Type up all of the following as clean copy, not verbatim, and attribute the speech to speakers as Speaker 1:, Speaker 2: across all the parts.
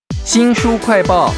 Speaker 1: 新书快报。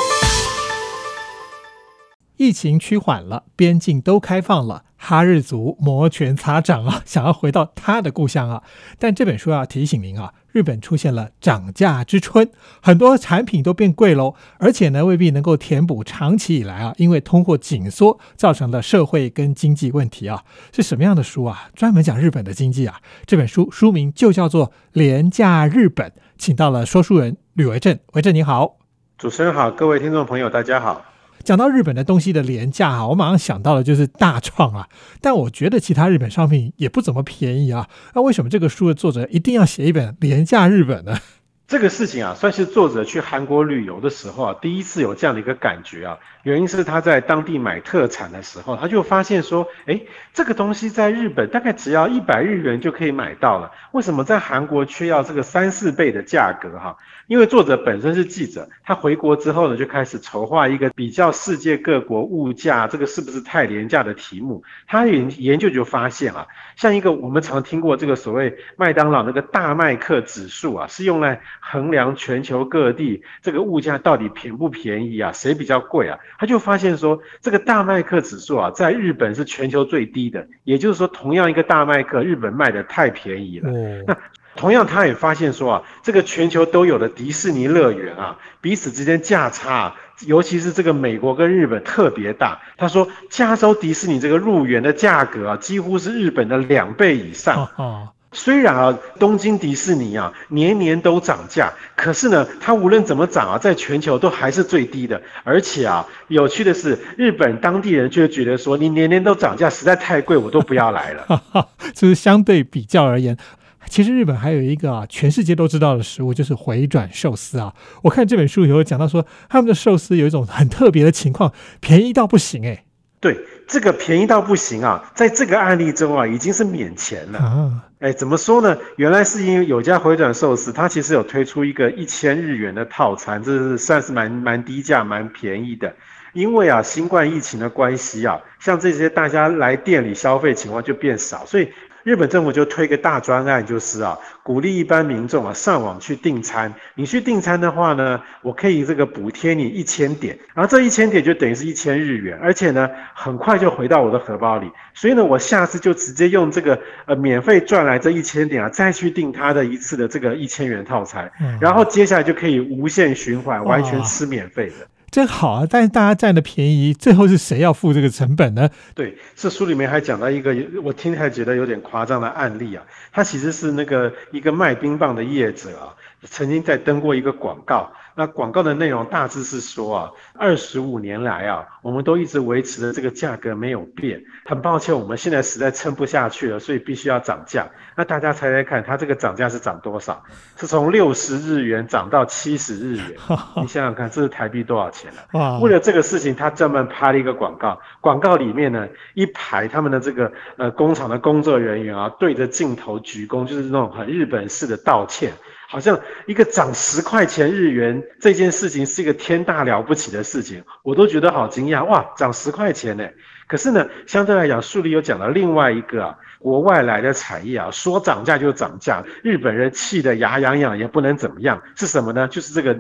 Speaker 2: 疫情趋缓了，边境都开放了，哈日族摩拳擦掌啊，想要回到他的故乡啊。但这本书要提醒您啊，日本出现了涨价之春，很多产品都变贵喽，而且呢未必能够填补长期以来啊因为通货紧缩造成的社会跟经济问题啊。是什么样的书啊？专门讲日本的经济啊。这本书名就叫做《廉价日本》，请到了说书人吕维正。维正你好。
Speaker 3: 主持人好，各位听众朋友大家好。
Speaker 2: 讲到日本的东西的廉价啊，我马上想到的就是大创啊，但我觉得其他日本商品也不怎么便宜啊。那为什么这个书的作者一定要写一本廉价日本呢？
Speaker 3: 这个事情啊，算是作者去韩国旅游的时候啊，第一次有这样的一个感觉啊。原因是他在当地买特产的时候，他就发现说，这个东西在日本大概只要100日元就可以买到了，为什么在韩国却要这个3、4倍的价格哈？因为作者本身是记者，他回国之后呢，就开始筹划一个比较世界各国物价这个是不是太廉价的题目。他研究就发现啊，像一个我们常听过这个所谓麦当劳那个大麦克指数啊，是用来衡量全球各地这个物价到底便不便宜啊，谁比较贵啊。他就发现说，这个大麦克指数啊，在日本是全球最低的，也就是说，同样一个大麦克，日本卖的太便宜了。那同样，他也发现说啊，这个全球都有的迪士尼乐园啊，彼此之间价差尤其是这个美国跟日本特别大。他说，加州迪士尼这个入园的价格啊，几乎是日本的2倍以上。虽然啊，东京迪士尼啊年年都涨价，可是呢，它无论怎么涨啊，在全球都还是最低的。而且啊，有趣的是，日本当地人就会觉得说，你年年都涨价，实在太贵，我都不要来了。
Speaker 2: 就是相对比较而言，其实日本还有一个全世界都知道的食物，就是回转寿司啊。我看这本书以后讲到说，他们的寿司有一种很特别的情况，便宜到不行
Speaker 3: 对，这个便宜到不行啊，在这个案例中啊，已经是免钱了。怎么说呢？原来是因为有家回转寿司，它其实有推出一个1000日元的套餐，这是算是蛮低价、蛮便宜的。因为啊，新冠疫情的关系啊，像这些大家来店里消费情况就变少，所以日本政府就推个大专案，就是啊，鼓励一般民众啊上网去订餐。你去订餐的话呢，我可以这个补贴你1000点，然后这1000点就等于是1000日元，而且呢，很快就回到我的荷包里。所以呢，我下次就直接用这个免费赚来这1000点啊，再去订他的一次的这个1000元套餐，然后接下来就可以无限循环，完全吃免费的。
Speaker 2: 真好啊！但是大家占的便宜，最后是谁要付这个成本呢？
Speaker 3: 对，这书里面还讲到一个我听还觉得有点夸张的案例啊，他其实是一个卖冰棒的业者啊，曾经在登过一个广告。那广告的内容大致是说啊，25年来啊，我们都一直维持的这个价格没有变。很抱歉，我们现在实在撑不下去了，所以必须要涨价。那大家猜猜看，它这个涨价是涨多少？是从60日元涨到70日元。你想想看，这是台币多少钱啊？为了这个事情，他专门拍了一个广告。广告里面呢，一排他们的这个工厂的工作人员啊，对着镜头鞠躬，就是那种很日本式的道歉。好像一个涨10块钱日元这件事情是一个天大了不起的事情，我都觉得好惊讶，哇，涨10块钱呢！可是呢，相对来讲，书里有讲到另外一个国外来的产业啊，说涨价就涨价，日本人气得牙痒痒，也不能怎么样，是什么呢？就是这个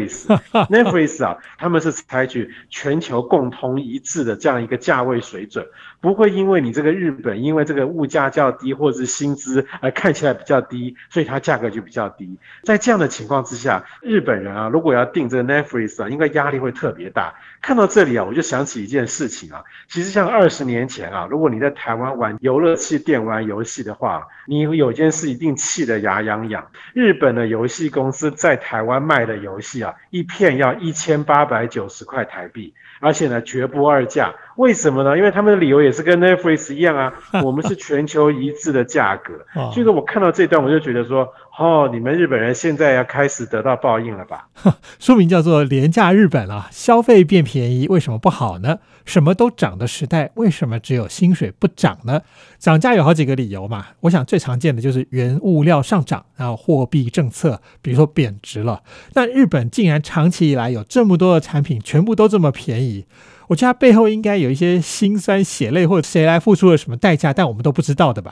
Speaker 3: Netflix 啊，他们是采取全球共同一致的这样一个价位水准，不会因为你这个日本因为这个物价较低或者是薪资而看起来比较低，所以它价格就比较低。在这样的情况之下，日本人啊，如果要订这个 Netflix 啊，应该压力会特别大。看到这里啊，我就想起一件事情啊，其实像20年前啊，如果你在台湾玩游乐器店玩游戏的话，你有件事一定气得牙痒痒。日本的游戏公司在台湾卖的游戏啊，一片要1890块台币，而且呢绝不二价。为什么呢？因为他们的理由也是跟 Netflix 一样啊，我们是全球一致的价格。所以说我看到这段我就觉得说，你们日本人现在要开始得到报应了吧？
Speaker 2: 书名叫做《廉价日本》啊，消费变便宜为什么不好呢？什么都涨的时代，为什么只有薪水不涨呢？涨价有好几个理由嘛，我想最常见的就是原物料上涨，然后货币政策，比如说贬值了。但日本竟然长期以来有这么多的产品全部都这么便宜，我觉得它背后应该有一些辛酸血泪，或者谁来付出了什么代价，但我们都不知道的吧。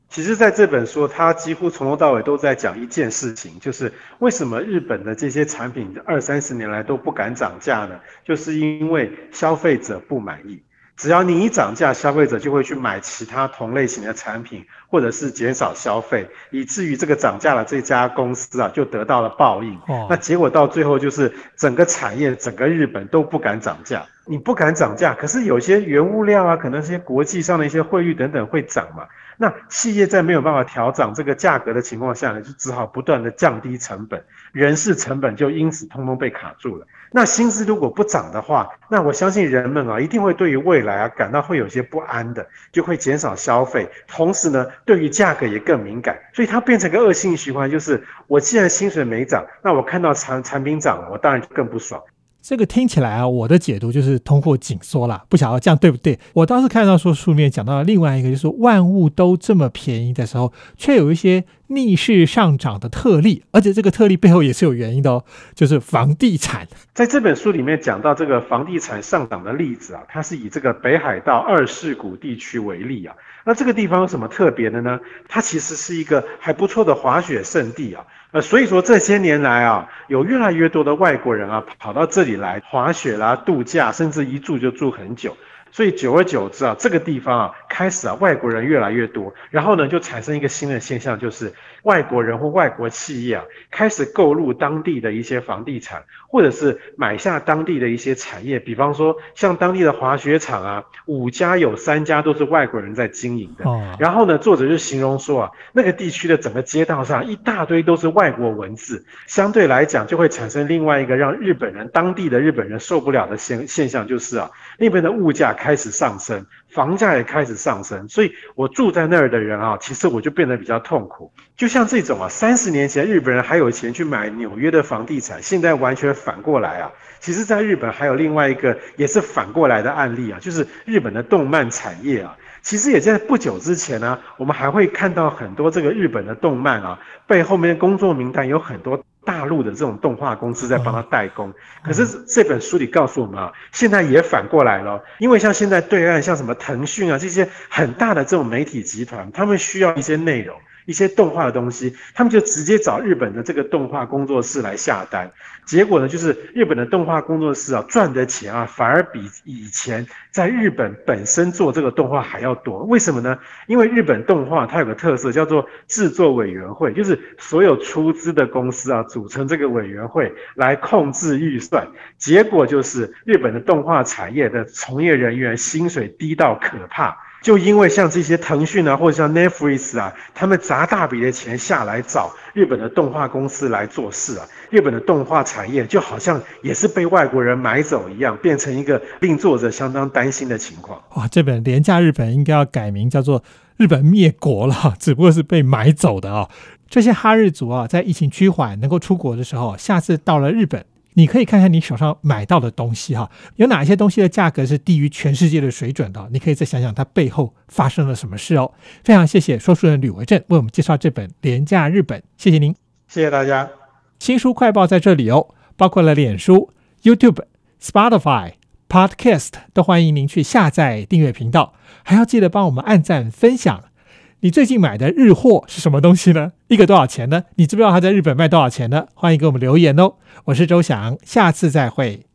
Speaker 3: 其实在这本书，他几乎从头到尾都在讲一件事情，就是为什么日本的这些产品20-30年来都不敢涨价呢？就是因为消费者不满意。只要你一涨价，消费者就会去买其他同类型的产品，或者是减少消费，以至于这个涨价的这家公司啊，就得到了报应。那结果到最后就是整个产业、整个日本都不敢涨价。你不敢涨价，可是有些原物料啊，可能这些国际上的一些汇率等等会涨嘛。那企业在没有办法调整这个价格的情况下呢，就只好不断的降低成本，人事成本就因此通通被卡住了。那薪资如果不涨的话，那我相信人们啊一定会对于未来啊感到会有些不安的，就会减少消费，同时呢对于价格也更敏感，所以它变成个恶性循环，就是我既然薪水没涨，那我看到产品涨了，我当然就更不爽。
Speaker 2: 这个听起来啊，我的解读就是通货紧缩啦，不晓得这样对不对？我倒是看到说书里面讲到了另外一个，就是万物都这么便宜的时候，却有一些逆势上涨的特例，而且这个特例背后也是有原因的哦，就是房地产。
Speaker 3: 在这本书里面讲到这个房地产上涨的例子啊，它是以这个北海道二世谷地区为例啊。那这个地方有什么特别的呢？它其实是一个还不错的滑雪胜地啊。所以说这些年来啊，有越来越多的外国人啊跑到这里来滑雪啦、度假，甚至一住就住很久。所以久而久之啊，这个地方啊开始啊外国人越来越多，然后呢就产生一个新的现象，就是外国人或外国企业啊开始购入当地的一些房地产，或者是买下当地的一些产业，比方说像当地的滑雪场啊，5家有3家都是外国人在经营的。然后呢，作者就形容说啊，那个地区的整个街道上一大堆都是外国文字，相对来讲就会产生另外一个让当地的日本人受不了的现象，就是啊那边的物价开始上升，房价也开始上升，所以我住在那儿的人啊，其实我就变得比较痛苦。就像这种啊，30年前日本人还有钱去买纽约的房地产，现在完全反过来啊。其实在日本还有另外一个也是反过来的案例啊，就是日本的动漫产业啊。其实也在不久之前呢，我们还会看到很多这个日本的动漫啊，背后面的工作名单有很多大陆的这种动画公司在帮他代工。可是这本书里告诉我们啊，现在也反过来了，因为像现在对岸像什么腾讯啊这些很大的这种媒体集团，他们需要一些内容。一些动画的东西，他们就直接找日本的这个动画工作室来下单。结果呢，就是日本的动画工作室啊赚的钱啊，反而比以前在日本本身做这个动画还要多。为什么呢？因为日本动画它有个特色叫做制作委员会，就是所有出资的公司啊组成这个委员会来控制预算。结果就是日本的动画产业的从业人员薪水低到可怕。就因为像这些腾讯啊，或者像 Netflix 啊，他们砸大笔的钱下来找日本的动画公司来做事啊，日本的动画产业就好像也是被外国人买走一样，变成一个令作者相当担心的情况。
Speaker 2: 哇，这本廉价日本应该要改名叫做日本灭国了，只不过是被买走的啊。这些哈日族啊，在疫情趋缓能够出国的时候，下次到了日本，你可以看看你手上买到的东西哈，有哪些东西的价格是低于全世界的水准的，你可以再想想它背后发生了什么事哦。非常谢谢说书人吕维正为我们介绍这本《廉价日本》，谢谢您，
Speaker 3: 谢谢大家。
Speaker 2: 新书快报在这里哦，包括了脸书、YouTube、Spotify、Podcast 都欢迎您去下载订阅频道，还要记得帮我们按赞分享。你最近买的日货是什么东西呢？一个多少钱呢？你知不知道它在日本卖多少钱呢？欢迎给我们留言哦。我是周翔，下次再会。